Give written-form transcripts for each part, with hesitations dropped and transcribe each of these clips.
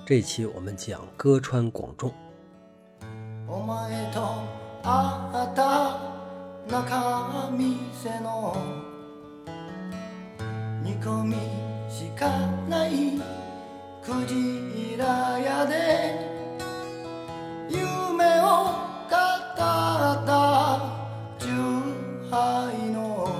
这一期我们讲歌川广重。 お前と会った中店の煮込みしかないクジラ屋で夢を語った十杯の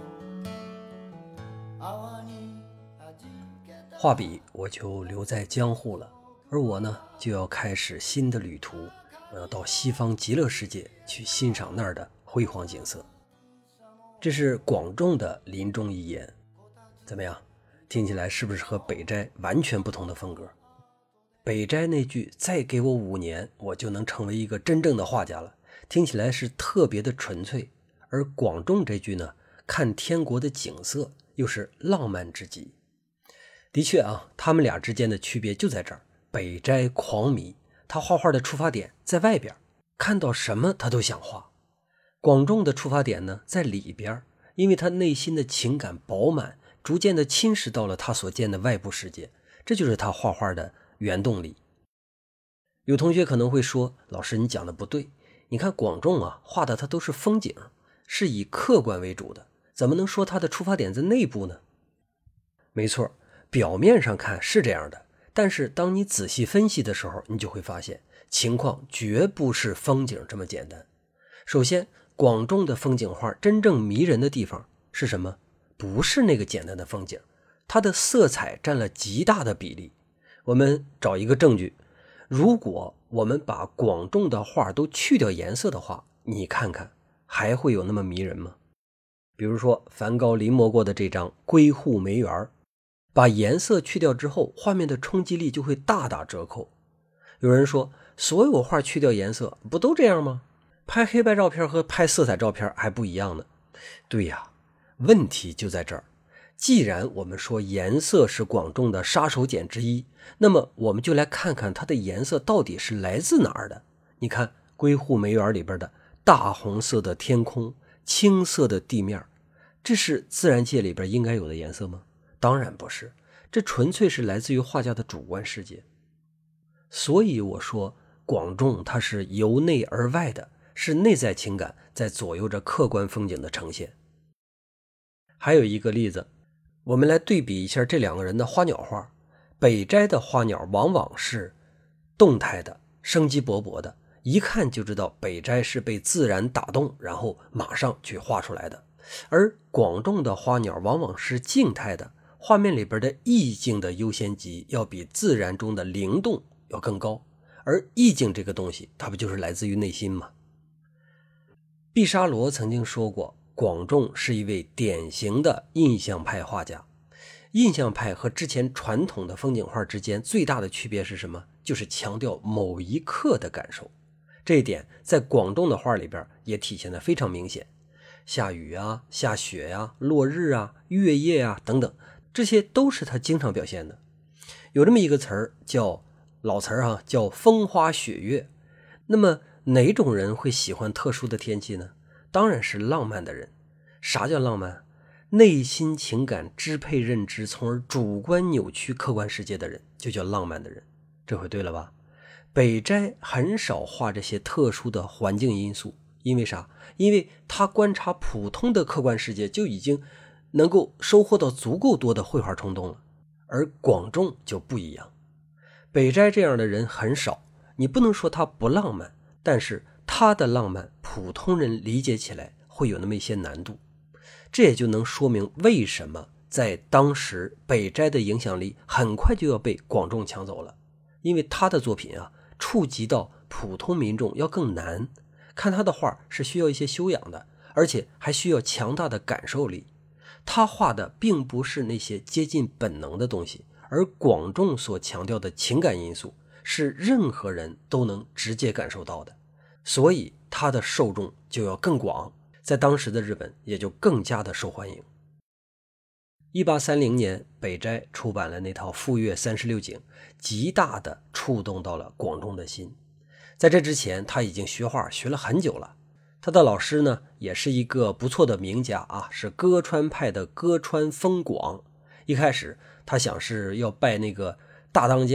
泡に味気た画笔我就留在江户了，而我呢就要开始新的旅途，我要到西方极乐世界去欣赏那儿的辉煌景色。这是广重的临终遗言，怎么样？听起来是不是和北斋完全不同的风格？北斋那句再给我5年我就能成为一个真正的画家了，听起来是特别的纯粹，而广重这句呢，看天国的景色又是浪漫之极。的确啊，他们俩之间的区别就在这儿。北斋狂迷，他画画的出发点在外边，看到什么他都想画。广重的出发点呢在里边，因为他内心的情感饱满，逐渐的侵蚀到了他所见的外部世界，这就是他画画的原动力。有同学可能会说，老师你讲的不对，你看广重啊画的他都是风景，是以客观为主的，怎么能说他的出发点在内部呢？没错，表面上看是这样的，但是当你仔细分析的时候，你就会发现情况绝不是风景这么简单。首先，广重的风景画真正迷人的地方是什么？不是那个简单的风景，它的色彩占了极大的比例。我们找一个证据，如果我们把广重的画都去掉颜色的话，你看看还会有那么迷人吗？比如说梵高临摹过的这张归户梅园，把颜色去掉之后，画面的冲击力就会大打折扣。有人说，所有画去掉颜色不都这样吗？拍黑白照片和拍色彩照片还不一样呢。对呀，问题就在这儿。既然我们说颜色是广重的杀手锏之一，那么我们就来看看它的颜色到底是来自哪儿的。你看归户梅园里边的大红色的天空，青色的地面，这是自然界里边应该有的颜色吗？当然不是，这纯粹是来自于画家的主观世界。所以我说广重它是由内而外的，是内在情感在左右着客观风景的呈现。还有一个例子，我们来对比一下这两个人的花鸟画。北斋的花鸟往往是动态的，生机勃勃的，一看就知道北斋是被自然打动，然后马上去画出来的。而广重的花鸟往往是静态的，画面里边的意境的优先级要比自然中的灵动要更高，而意境这个东西它不就是来自于内心吗？毕沙罗曾经说过，广重是一位典型的印象派画家。印象派和之前传统的风景画之间最大的区别是什么？就是强调某一刻的感受。这一点在广重的画里边也体现得非常明显。下雨啊，下雪啊，落日啊，月夜啊等等，这些都是他经常表现的。有这么一个词儿叫老词儿啊，叫风花雪月。那么哪种人会喜欢特殊的天气呢？当然是浪漫的人。啥叫浪漫？内心情感支配认知，从而主观扭曲客观世界的人就叫浪漫的人。这回对了吧？北斋很少画这些特殊的环境因素，因为啥？因为他观察普通的客观世界就已经能够收获到足够多的绘画冲动了。而广重就不一样，北斋这样的人很少，你不能说他不浪漫，但是他的浪漫普通人理解起来会有那么一些难度。这也就能说明为什么在当时北斋的影响力很快就要被广重抢走了，因为他的作品啊，触及到普通民众要更难，看他的画是需要一些修养的，而且还需要强大的感受力。他画的并不是那些接近本能的东西，而广重所强调的情感因素是任何人都能直接感受到的，所以他的受众就要更广，在当时的日本也就更加的受欢迎。1830年，北斋出版了那套《富岳36景》，极大的触动到了广重的心。在这之前，他已经学画学了很久了。他的老师呢，也是一个不错的名家啊，是歌川派的歌川丰广。一开始他想是要拜那个大当家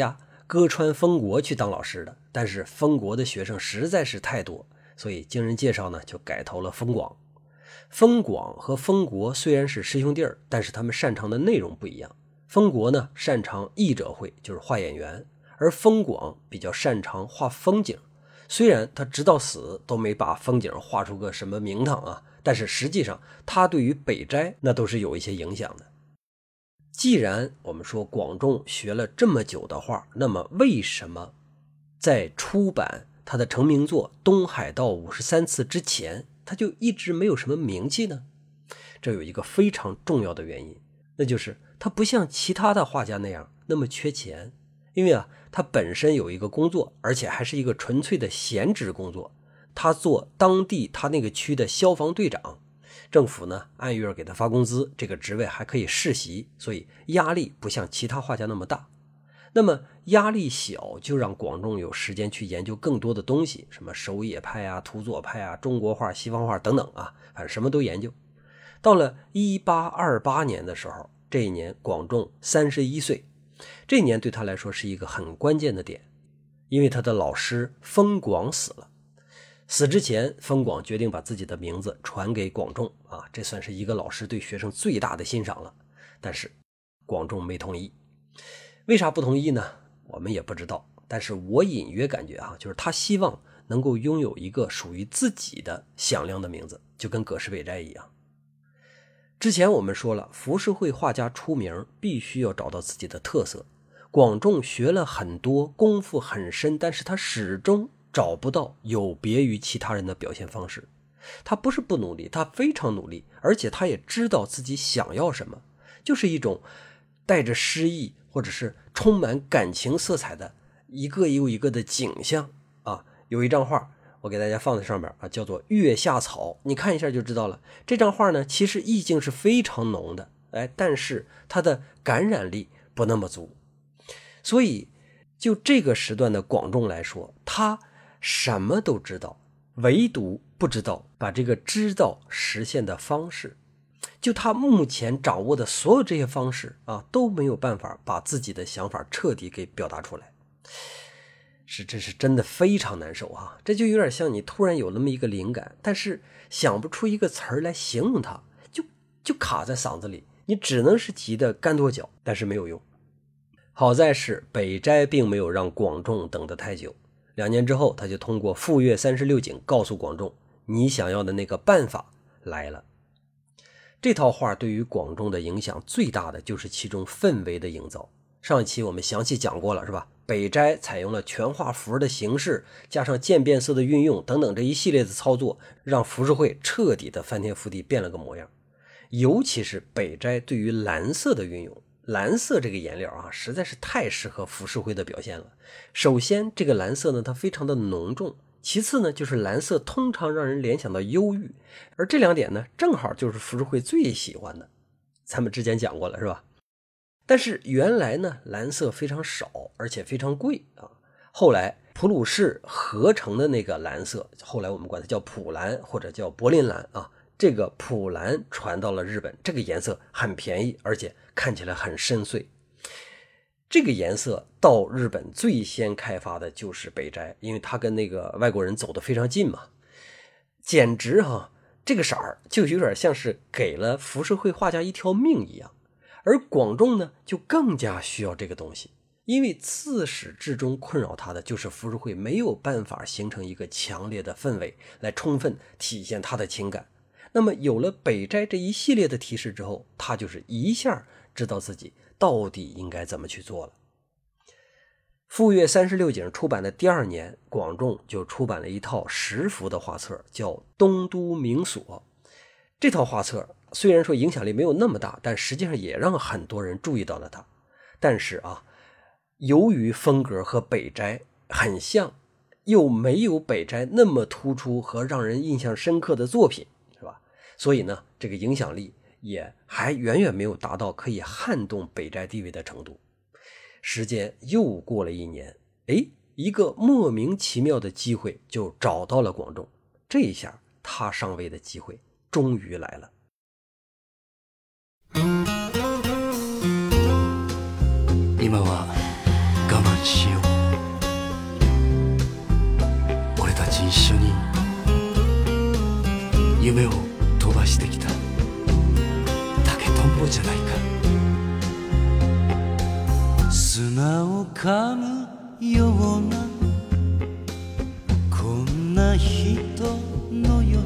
歌川丰国去当老师的，但是丰国的学生实在是太多，所以经人介绍呢就改投了丰广。丰广和丰国虽然是师兄弟儿，但是他们擅长的内容不一样。丰国呢擅长译者会，就是画演员，而丰广比较擅长画风景。虽然他直到死都没把风景画出个什么名堂啊，但是实际上他对于北斋那都是有一些影响的。既然我们说广重学了这么久的画，那么为什么在出版他的成名作《东海道53次》之前，他就一直没有什么名气呢？这有一个非常重要的原因，那就是他不像其他的画家那样那么缺钱。因为他本身有一个工作，而且还是一个纯粹的闲职工作，他做当地他那个区的消防队长，政府呢按月给他发工资，这个职位还可以世袭，所以压力不像其他画家那么大。那么压力小，就让广重有时间去研究更多的东西，什么守野派啊、土佐派啊、中国画、西方画等等啊，反正什么都研究。到了1828年的时候，这一年广重31岁，这一年对他来说是一个很关键的点，因为他的老师丰广死了。死之前，丰广决定把自己的名字传给广重啊，这算是一个老师对学生最大的欣赏了。但是广重没同意。为啥不同意呢？我们也不知道，但是我隐约感觉就是他希望能够拥有一个属于自己的响亮的名字，就跟葛饰北斋一样。之前我们说了，浮世绘画家出名必须要找到自己的特色。广重学了很多，功夫很深，但是他始终找不到有别于其他人的表现方式。他不是不努力，他非常努力，而且他也知道自己想要什么，就是一种带着诗意或者是充满感情色彩的一个又一个的景象啊。有一张画我给大家放在上面叫做《月下草》，你看一下就知道了。这张画呢，其实意境是非常浓的，但是它的感染力不那么足。所以就这个时段的广重来说，他什么都知道，唯独不知道把这个知道实现的方式。就他目前掌握的所有这些方式都没有办法把自己的想法彻底给表达出来。这是真的非常难受这就有点像你突然有那么一个灵感，但是想不出一个词儿来形容它，就卡在嗓子里，你只能是急得干跺脚，但是没有用。好在是北斋并没有让广重等得太久，2年之后他就通过富岳36景告诉广重，你想要的那个办法来了。这套画对于广重的影响最大的就是其中氛围的营造。上一期我们详细讲过了，是吧？北斋采用了全画幅的形式，加上渐变色的运用等等这一系列的操作，让浮世绘彻底的翻天覆地变了个模样。尤其是北斋对于蓝色的运用，蓝色这个颜料实在是太适合浮世绘的表现了。首先这个蓝色呢，它非常的浓重，其次呢，就是蓝色通常让人联想到忧郁，而这2点呢，正好就是浮世绘最喜欢的。咱们之前讲过了，是吧？但是原来呢，蓝色非常少，而且非常贵后来普鲁士合成的那个蓝色，后来我们管它叫普蓝或者叫柏林蓝这个普蓝传到了日本，这个颜色很便宜，而且看起来很深邃。这个颜色到日本最先开发的就是北斋，因为他跟那个外国人走得非常近嘛，简直这个色儿就有点像是给了浮世绘画家一条命一样。而广重呢，就更加需要这个东西，因为自始至终困扰他的就是浮世绘没有办法形成一个强烈的氛围来充分体现他的情感。那么有了北斋这一系列的提示之后，他就是一下知道自己到底应该怎么去做了。富岳36景出版的第2年，广重就出版了一套10幅的画册，叫《东都名所》。这套画册虽然说影响力没有那么大，但实际上也让很多人注意到了它。但是由于风格和北斋很像，又没有北斋那么突出和让人印象深刻的作品，是吧？所以呢，这个影响力也还远远没有达到可以撼动北斋地位的程度。时间又过了1年，一个莫名其妙的机会就找到了广重，这一下他上位的机会终于来了。 今は我慢しよう。俺たち一緒に夢を飛ばしてきた竹とんぼじゃないか。砂を噛むようなこんな人のよう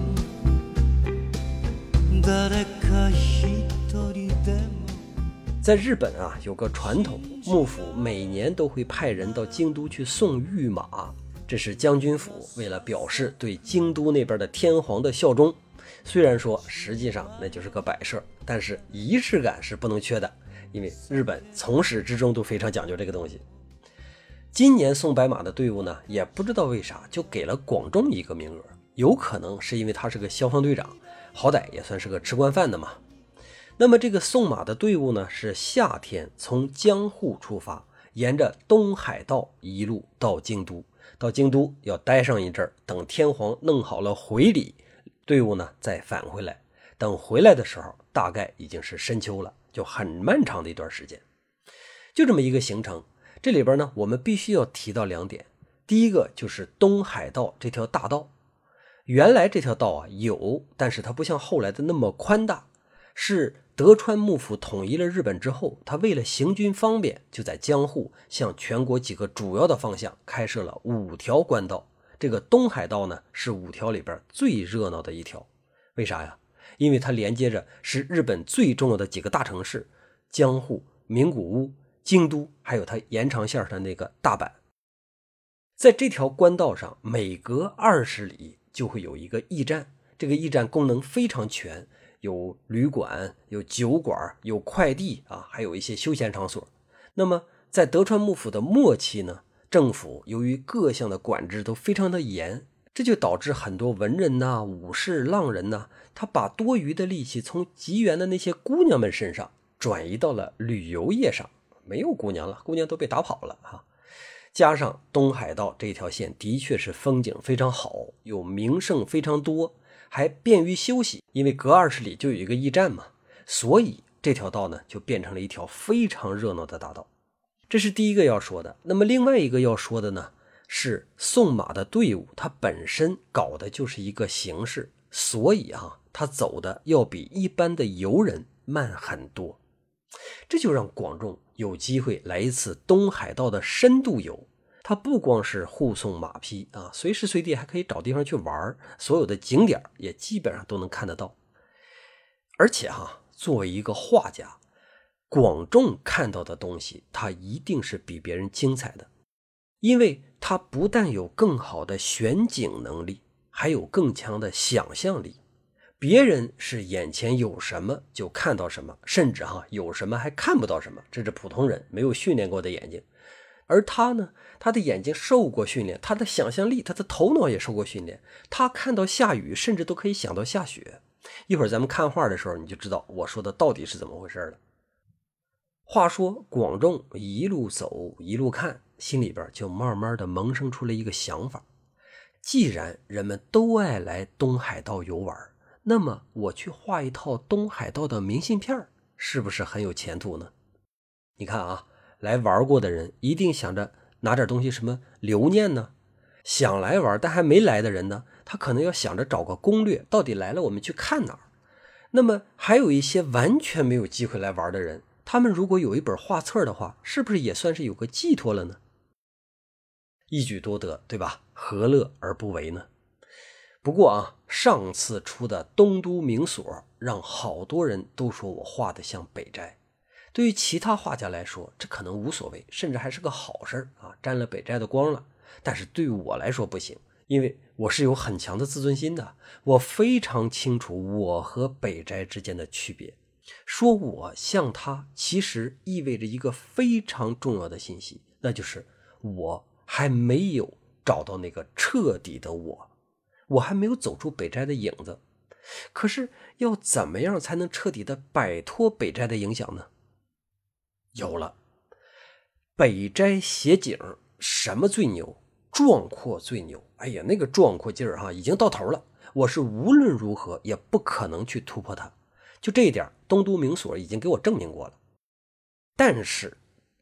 に誰か一人でも。 在日本啊，有个传统，幕府每年都会派人到京都去送御马，这是将军府为了表示对京都那边的天皇的效忠。虽然说实际上那就是个摆设，但是仪式感是不能缺的，因为日本从始至终都非常讲究这个东西。今年送白马的队伍呢，也不知道为啥就给了广重一个名额，有可能是因为他是个消防队长，好歹也算是个吃惯饭的嘛。那么这个送马的队伍呢，是夏天从江户出发，沿着东海道一路到京都，到京都要待上一阵，等天皇弄好了回礼，队伍呢再返回来。等回来的时候大概已经是深秋了，就很漫长的一段时间。就这么一个行程，这里边呢我们必须要提到2点。第一个就是东海道这条大道，原来这条道啊有，但是它不像后来的那么宽大，是德川幕府统一了日本之后，他为了行军方便，就在江户向全国几个主要的方向开设了5条官道。这个东海道呢是5条里边最热闹的一条。为啥呀？因为它连接着是日本最重要的几个大城市，江户、名古屋、京都，还有它延长线的那个大阪。在这条官道上，每隔20里就会有一个驿站，这个驿站功能非常全，有旅馆，有酒馆，有快递啊，还有一些休闲场所。那么在德川幕府的末期呢，政府由于各项的管制都非常的严，这就导致很多文人呐、武士、浪人呐，他把多余的力气从吉原的那些姑娘们身上转移到了旅游业上，没有姑娘了，姑娘都被打跑了啊。加上东海道这条线的确是风景非常好，有名胜非常多，还便于休息，因为隔20里就有一个驿站嘛，所以这条道呢就变成了一条非常热闹的大道。这是第一个要说的。那么另外一个要说的呢，是送马的队伍它本身搞的就是一个形式，所以它走的要比一般的游人慢很多。这就让广重有机会来一次东海道的深度游。它不光是护送马匹啊，随时随地还可以找地方去玩，所有的景点也基本上都能看得到。而且作为一个画家，广重看到的东西它一定是比别人精彩的，因为它不但有更好的选景能力，还有更强的想象力。别人是眼前有什么就看到什么，甚至有什么还看不到什么，这是普通人没有训练过的眼睛。而他呢，他的眼睛受过训练，他的想象力，他的头脑也受过训练，他看到下雨甚至都可以想到下雪。一会儿咱们看画的时候你就知道我说的到底是怎么回事了。话说广重一路走一路看，心里边就慢慢的萌生出了一个想法，既然人们都爱来东海道游玩，那么我去画一套东海道的明信片，是不是很有前途呢？你看来玩过的人一定想着拿点东西什么留念呢，想来玩但还没来的人呢，他可能要想着找个攻略，到底来了我们去看哪儿。那么还有一些完全没有机会来玩的人，他们如果有一本画册的话，是不是也算是有个寄托了呢？一举多得，对吧？何乐而不为呢？不过上次出的东都名所让好多人都说我画得像北斋。对于其他画家来说，这可能无所谓，甚至还是个好事沾了北斋的光了。但是对于我来说不行，因为我是有很强的自尊心的，我非常清楚我和北斋之间的区别。说我像他，其实意味着一个非常重要的信息，那就是我还没有找到那个彻底的我还没有走出北斋的影子。可是要怎么样才能彻底的摆脱北斋的影响呢？有了，北斋写景什么最牛？壮阔最牛。哎呀，那个壮阔劲儿已经到头了，我是无论如何也不可能去突破它。就这一点，东都名所已经给我证明过了。但是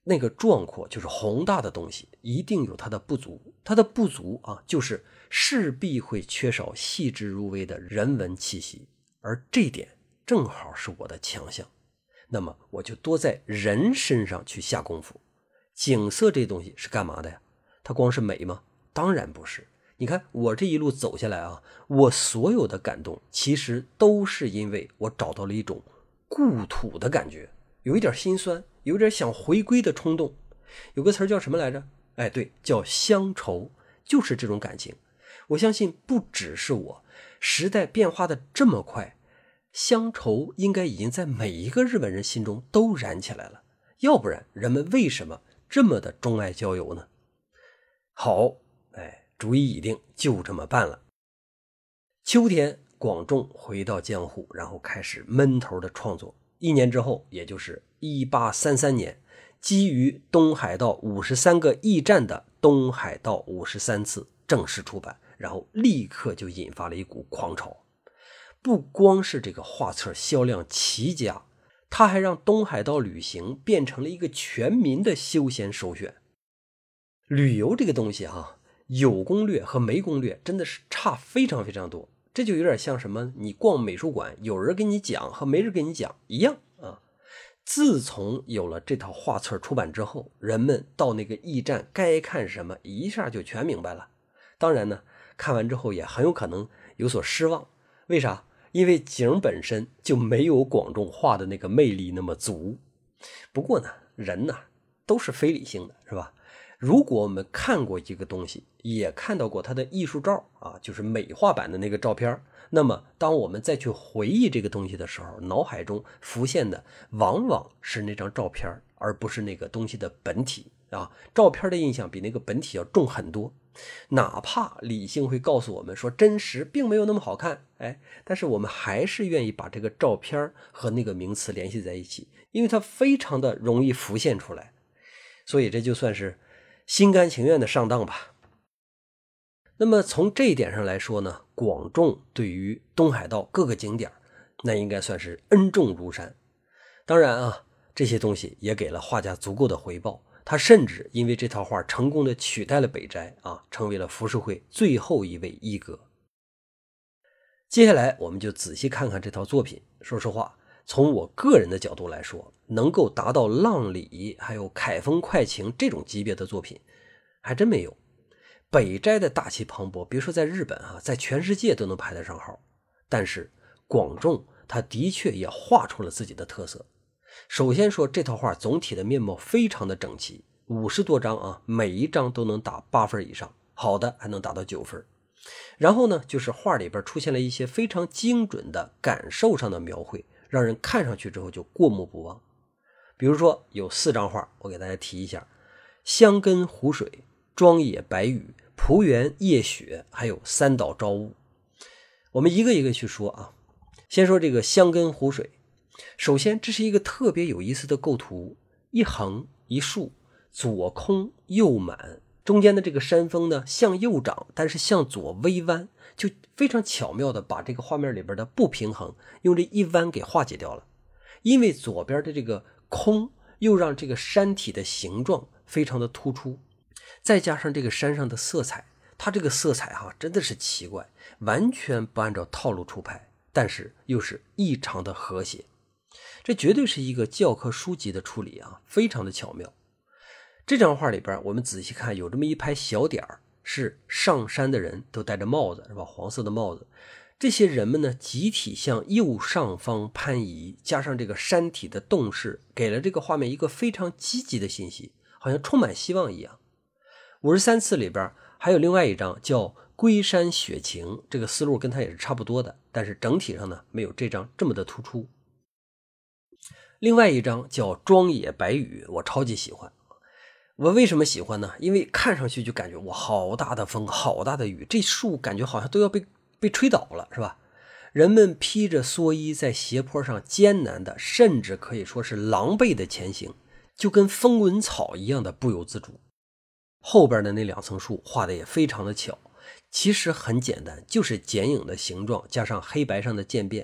那个壮阔就是宏大的东西一定有它的不足，它的不足啊，就是势必会缺少细致入微的人文气息，而这点正好是我的强项。那么我就多在人身上去下功夫。景色这东西是干嘛的呀？它光是美吗？当然不是。你看我这一路走下来啊，我所有的感动其实都是因为我找到了一种故土的感觉，有一点心酸，有点想回归的冲动。有个词叫什么来着？哎，对，叫乡愁，就是这种感情。我相信不只是我，时代变化的这么快，乡愁应该已经在每一个日本人心中都燃起来了，要不然人们为什么这么的钟爱郊游呢？好，主意已定，就这么办了。秋天，广重回到江户，然后开始闷头的创作。1年之后，也就是1833年，基于东海道53个驿站的东海道53次正式出版，然后立刻就引发了一股狂潮。不光是这个画册销量奇佳，它还让东海道旅行变成了一个全民的休闲首选。旅游这个东西有攻略和没攻略真的是差非常非常多，这就有点像什么你逛美术馆有人跟你讲和没人跟你讲一样啊。自从有了这套画册出版之后，人们到那个驿站该看什么一下就全明白了。当然呢，看完之后也很有可能有所失望。为啥？因为景本身就没有广重画的那个魅力那么足。不过呢，人呢都是非理性的，是吧？如果我们看过一个东西，也看到过它的艺术照啊，就是美化版的那个照片，那么当我们再去回忆这个东西的时候，脑海中浮现的往往是那张照片，而不是那个东西的本体啊。照片的印象比那个本体要重很多。哪怕理性会告诉我们说真实并没有那么好看，但是我们还是愿意把这个照片和那个名词联系在一起，因为它非常的容易浮现出来。所以这就算是心甘情愿的上当吧。那么从这一点上来说呢，广重对于东海道各个景点那应该算是恩重如山。当然啊，这些东西也给了画家足够的回报，他甚至因为这套画成功的取代了北斋啊，成为了浮世绘最后一位一哥。接下来我们就仔细看看这套作品。说实话，从我个人的角度来说，能够达到浪里还有凯风快晴这种级别的作品还真没有。北斋的大气磅礴，别说在日本在全世界都能排得上号。但是广重他的确也画出了自己的特色。首先说这套画总体的面貌非常的整齐，50多张每一张都能打8分以上，好的还能达到9分。然后呢，就是画里边出现了一些非常精准的感受上的描绘，让人看上去之后就过目不忘。比如说有4张画，我给大家提一下：香根湖水、庄野白雨、蒲原夜雪，还有三岛朝雾。我们一个一个去说啊。先说这个香根湖水。首先这是一个特别有意思的构图，一横一竖，左空右满，中间的这个山峰呢向右长，但是向左微弯，就非常巧妙的把这个画面里边的不平衡用这一弯给化解掉了。因为左边的这个空又让这个山体的形状非常的突出，再加上这个山上的色彩，它这个色彩真的是奇怪，完全不按照套路出牌，但是又是异常的和谐。这绝对是一个教科书级的处理非常的巧妙。这张画里边我们仔细看，有这么一排小点儿，是上山的人都戴着帽子，是吧？黄色的帽子。这些人们呢集体向右上方攀移，加上这个山体的动势，给了这个画面一个非常积极的信息，好像充满希望一样。53次里边还有另外一张叫龟山雪晴，这个思路跟它也是差不多的，但是整体上呢没有这张这么的突出。另外一张叫庄野白雨，我超级喜欢。我为什么喜欢呢？因为看上去就感觉哇，好大的风，好大的雨，这树感觉好像都要被吹倒了，是吧？人们披着蓑衣在斜坡上艰难的，甚至可以说是狼狈的前行，就跟风纹草一样的不由自主。后边的那2层树画的也非常的巧，其实很简单，就是剪影的形状加上黑白上的渐变，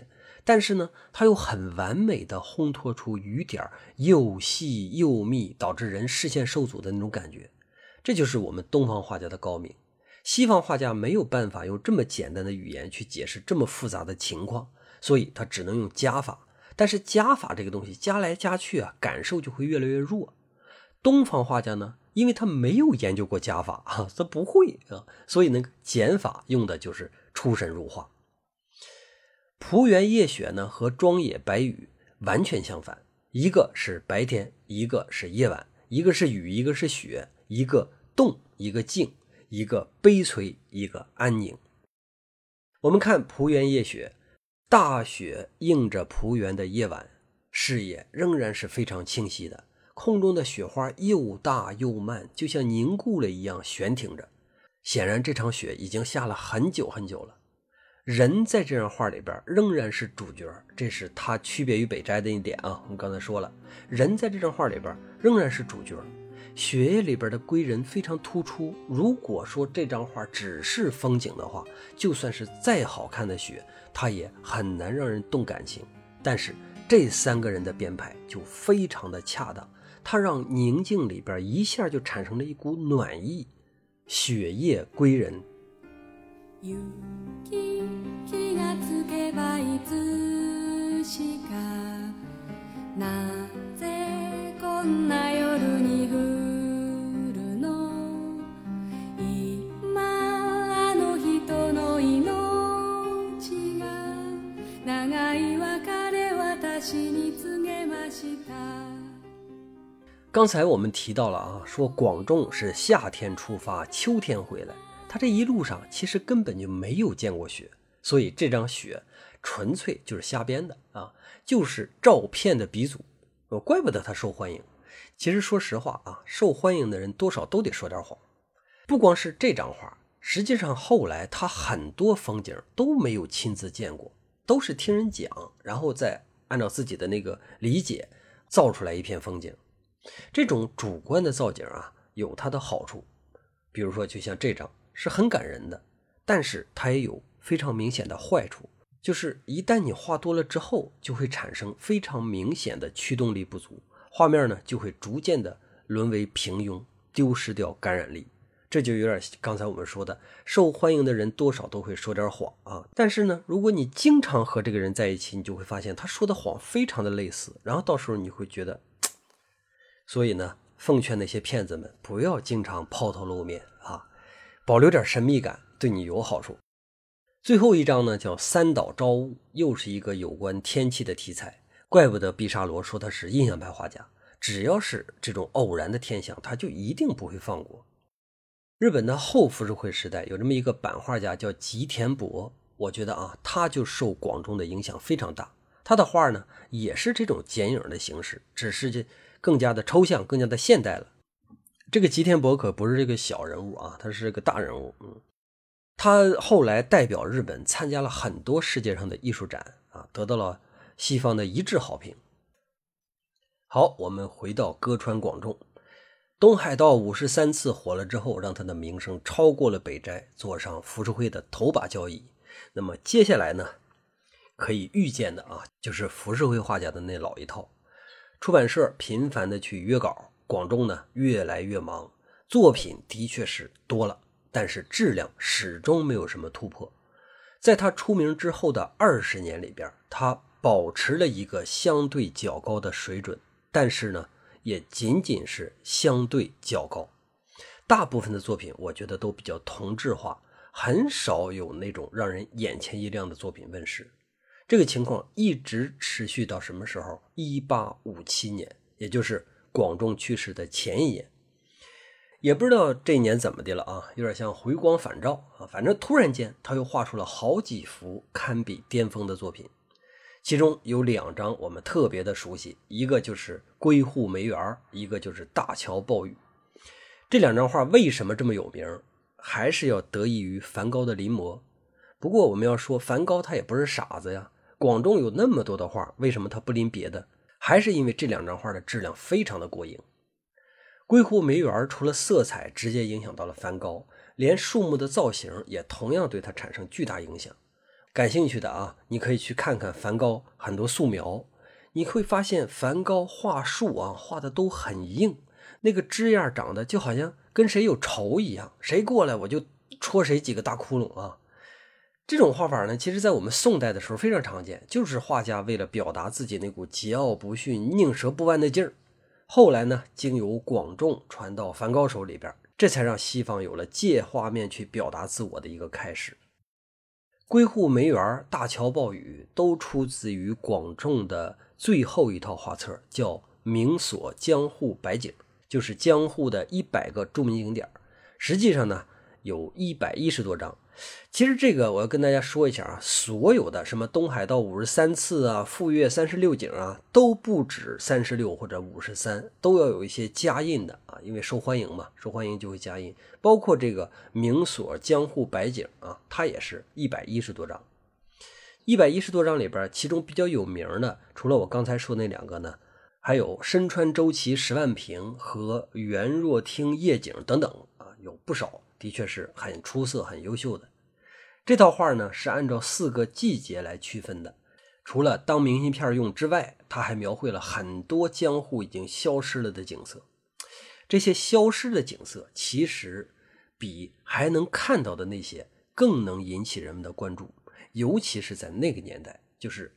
但是呢，它又很完美的烘托出雨点又细又密，导致人视线受阻的那种感觉。这就是我们东方画家的高明。西方画家没有办法用这么简单的语言去解释这么复杂的情况，所以他只能用加法。但是加法这个东西加来加去啊，感受就会越来越弱。东方画家呢，因为他没有研究过加法啊，他不会啊，所以呢减法用的就是出神入化。蒲园夜雪呢和庄野白雨完全相反，一个是白天，一个是夜晚，一个是雨，一个是雪，一个动，一个静，一个悲催，一个安宁。我们看蒲园夜雪，大雪映着蒲园的夜晚，视野仍然是非常清晰的，空中的雪花又大又慢，就像凝固了一样悬停着。显然这场雪已经下了很久很久了。人在这张画里边仍然是主角，这是他区别于北斋的一点啊。我们刚才说了，人在这张画里边仍然是主角。雪夜里边的归人非常突出，如果说这张画只是风景的话，就算是再好看的雪，它也很难让人动感情。但是这三个人的编排就非常的恰当，它让宁静里边一下就产生了一股暖意。雪夜归人， 雪気がつけばいつしかなぜこんな夜に降るの今あの人の命が長い別れ私に告げました。 刚才我们提到了啊，说广仲是夏天出发，秋天回来，他这一路上其实根本就没有见过雪，所以这张雪纯粹就是瞎编的啊，就是照骗的鼻祖。怪不得他受欢迎。其实说实话啊，受欢迎的人多少都得说点谎。不光是这张画，实际上后来他很多风景都没有亲自见过，都是听人讲，然后再按照自己的那个理解造出来一片风景。这种主观的造景啊，有它的好处，比如说就像这张是很感人的，但是它也有非常明显的坏处，就是一旦你画多了之后，就会产生非常明显的驱动力不足，画面呢就会逐渐的沦为平庸，丢失掉感染力。这就有点刚才我们说的，受欢迎的人多少都会说点谎啊。但是呢，如果你经常和这个人在一起，你就会发现他说的谎非常的类似，然后到时候你会觉得，所以呢，奉劝那些骗子们不要经常抛头露面啊，保留点神秘感对你有好处。最后一章呢叫三岛朝雾，又是一个有关天气的题材，怪不得毕沙罗说他是印象派画家，只要是这种偶然的天象他就一定不会放过。日本的后浮世绘时代有这么一个版画家叫吉田博，我觉得啊，他就受广仲的影响非常大。他的画呢也是这种剪影的形式，只是更加的抽象，更加的现代了。这个吉田博可不是这个小人物啊，他是个大人物。他后来代表日本参加了很多世界上的艺术展啊，得到了西方的一致好评。好，我们回到歌川广重。东海道53次火了之后，让他的名声超过了北斋，坐上浮世绘的头把交椅。那么接下来呢，可以预见的啊，就是浮世绘画家的那老一套。出版社频繁的去约稿，广重呢越来越忙，作品的确是多了，但是质量始终没有什么突破。在他出名之后的20年里边，他保持了一个相对较高的水准，但是呢也仅仅是相对较高。大部分的作品我觉得都比较同质化，很少有那种让人眼前一亮的作品问世。这个情况一直持续到什么时候？1857年，也就是广重去世的前一年。也不知道这一年怎么的了啊，有点像回光返照啊。反正突然间他又画出了好几幅堪比巅峰的作品，其中有2张我们特别的熟悉，一个就是归户梅园，一个就是大桥暴雨。这2张画为什么这么有名，还是要得益于梵高的临摹。不过我们要说，梵高他也不是傻子呀，广重有那么多的画，为什么他不临别的？还是因为这2张画的质量非常的过硬。归户梅园除了色彩直接影响到了梵高，连树木的造型也同样对他产生巨大影响。 感兴趣的啊，你可以去看看梵高很多素描，你会发现梵高画树啊，画的都很硬，那个枝样长得就好像跟谁有仇一样，谁过来我就戳谁几个大窟窿啊。这种画法呢，其实在我们宋代的时候非常常见，就是画家为了表达自己那股桀骜不驯、宁折不弯的劲儿。后来呢，经由广仲传到梵高手里边，这才让西方有了借画面去表达自我的一个开始。归户梅园、大乔暴雨都出自于广仲的最后一套画册，叫《明所江户百景》，就是江户的100个著名景点。实际上呢，有110多张。其实这个我要跟大家说一下啊，所有的什么东海道53次啊、富岳36景啊，都不止36或者53，都要有一些加印的啊，因为受欢迎嘛，受欢迎就会加印。包括这个明所江户百景啊，它也是110多张。110多张里边，其中比较有名的，除了我刚才说那2个呢，还有深川周崎10万坪和元若町夜景等等啊，有不少，的确是很出色、很优秀的。这套画呢是按照4个季节来区分的，除了当明信片用之外，它还描绘了很多江户已经消失了的景色。这些消失的景色其实比还能看到的那些更能引起人们的关注，尤其是在那个年代，就是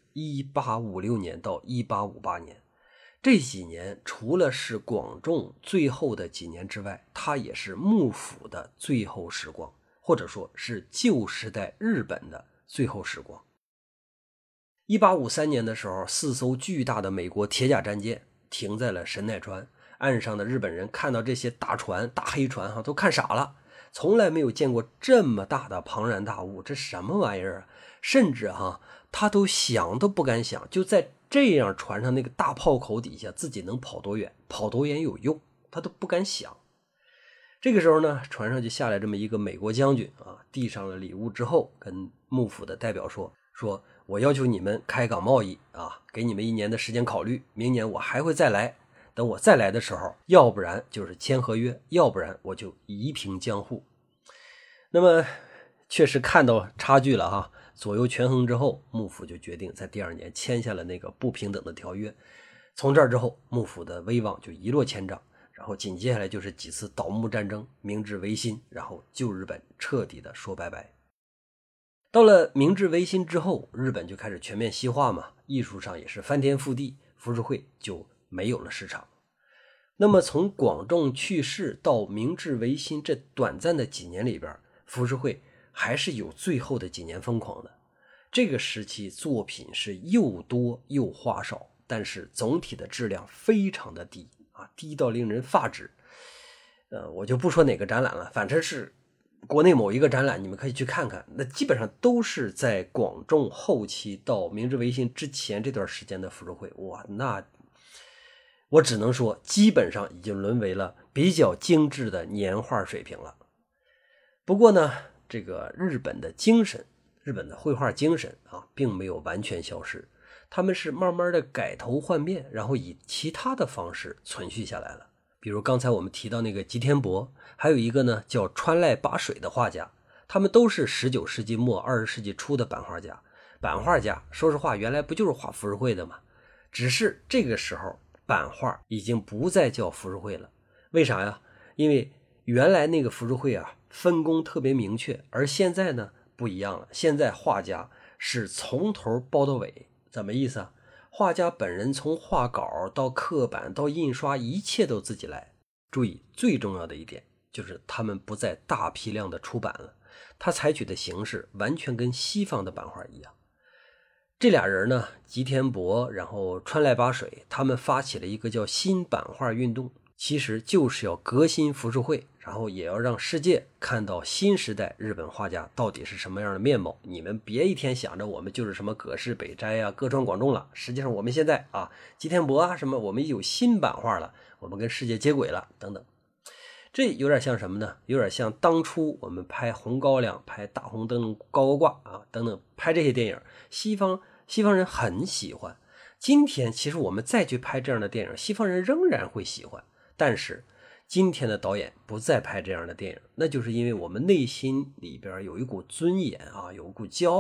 1856年到1858年。这几年除了是广仲最后的几年之外，它也是幕府的最后时光，或者说是旧时代日本的最后时光。1853年的时候，4艘巨大的美国铁甲战舰停在了神奈川岸上，的日本人看到这些大船、大黑船都看傻了，从来没有见过这么大的庞然大物，这什么玩意儿啊？甚至他都想都不敢想，就在这样船上那个大炮口底下，自己能跑多远，跑多远有用，他都不敢想。这个时候呢，船上就下来这么一个美国将军啊，递上了礼物之后，跟幕府的代表说我要求你们开港贸易啊，给你们1年的时间考虑，明年我还会再来，等我再来的时候，要不然就是签合约，要不然我就移平江户。那么确实看到差距了左右权衡之后，幕府就决定在第2年签下了那个不平等的条约。从这儿之后，幕府的威望就一落千丈，然后紧接下来就是几次倒幕战争，明治维新，然后旧日本彻底的说拜拜。到了明治维新之后，日本就开始全面西化嘛，艺术上也是翻天覆地，浮世绘就没有了市场。那么从广仲去世到明治维新这短暂的几年里边，浮世绘还是有最后的几年疯狂的。这个时期作品是又多又花哨，但是总体的质量非常的低低到令人发指。我就不说哪个展览了，反正是国内某一个展览，你们可以去看看，那基本上都是在广仲后期到明治维新之前这段时间的浮世绘。哇，那我只能说基本上已经沦为了比较精致的年画水平了。不过呢，这个日本的精神，日本的绘画精神并没有完全消失，他们是慢慢的改头换面，然后以其他的方式存续下来了。比如刚才我们提到那个吉田博，还有一个呢叫川濑八水的画家，他们都是19世纪末20世纪初的版画家。版画家说实话原来不就是画浮世绘的吗？只是这个时候版画已经不再叫浮世绘了。为啥呀？因为原来那个浮世绘分工特别明确，而现在呢不一样了，现在画家是从头包到尾。怎么意思啊？画家本人从画稿到刻版到印刷，一切都自己来。注意，最重要的一点就是他们不再大批量的出版了，他采取的形式完全跟西方的版画一样。这俩人呢，吉田博然后川濑八水，他们发起了一个叫新版画运动，其实就是要革新浮世绘，然后也要让世界看到新时代日本画家到底是什么样的面貌。你们别一天想着我们就是什么葛饰北斋歌川广重了，实际上我们现在吉田博什么，我们有新版画了，我们跟世界接轨了等等。这有点像什么呢？有点像当初我们拍红高粱、拍大红灯高高挂等等，拍这些电影，西方人很喜欢。今天其实我们再去拍这样的电影，西方人仍然会喜欢，但是今天的导演不再拍这样的电影，那就是因为我们内心里边有一股尊严有一股骄傲，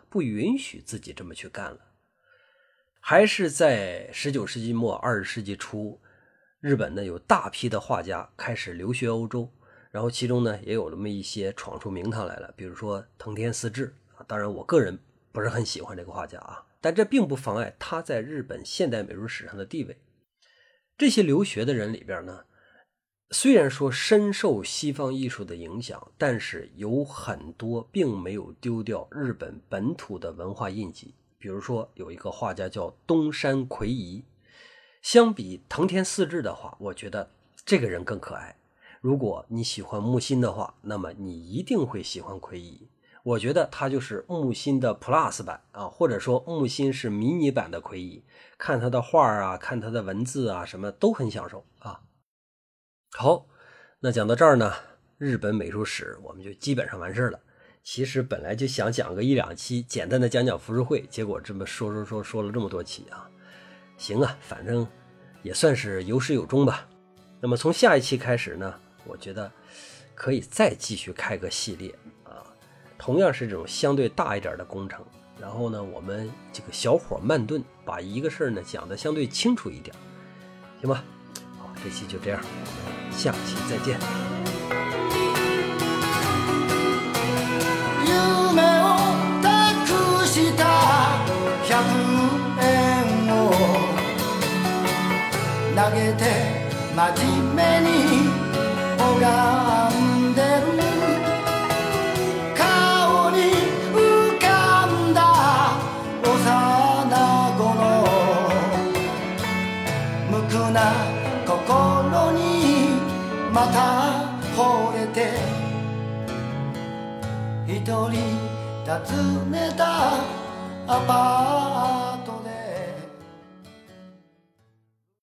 不允许自己这么去干了。还是在19世纪末20世纪初，日本呢有大批的画家开始留学欧洲，然后其中呢也有那么一些闯出名堂来了，比如说藤田嗣治当然我个人不是很喜欢这个画家但这并不妨碍他在日本现代美术史上的地位。这些留学的人里边呢，虽然说深受西方艺术的影响，但是有很多并没有丢掉日本本土的文化印记。比如说有一个画家叫东山魁夷，相比藤田嗣治的画，我觉得这个人更可爱。如果你喜欢木心的话，那么你一定会喜欢魁夷。我觉得他就是木心的 Plus 版或者说木心是迷你版的魁夷，看他的画看他的文字什么都很享受好，那讲到这儿呢，日本美术史我们就基本上完事了。其实本来就想讲个1-2期，简单的讲讲浮世绘，结果这么说了这么多期行反正也算是有始有终吧。那么从下一期开始呢，我觉得可以再继续开个系列同样是这种相对大一点的工程，然后呢我们这个小火慢炖，把一个事儿呢讲得相对清楚一点，行吧？好，这期就这样，下期再见。 投げて真面目に拝んでる顔に浮かんだ幼子の無垢な心にまた惚れて一人訪ねたアパート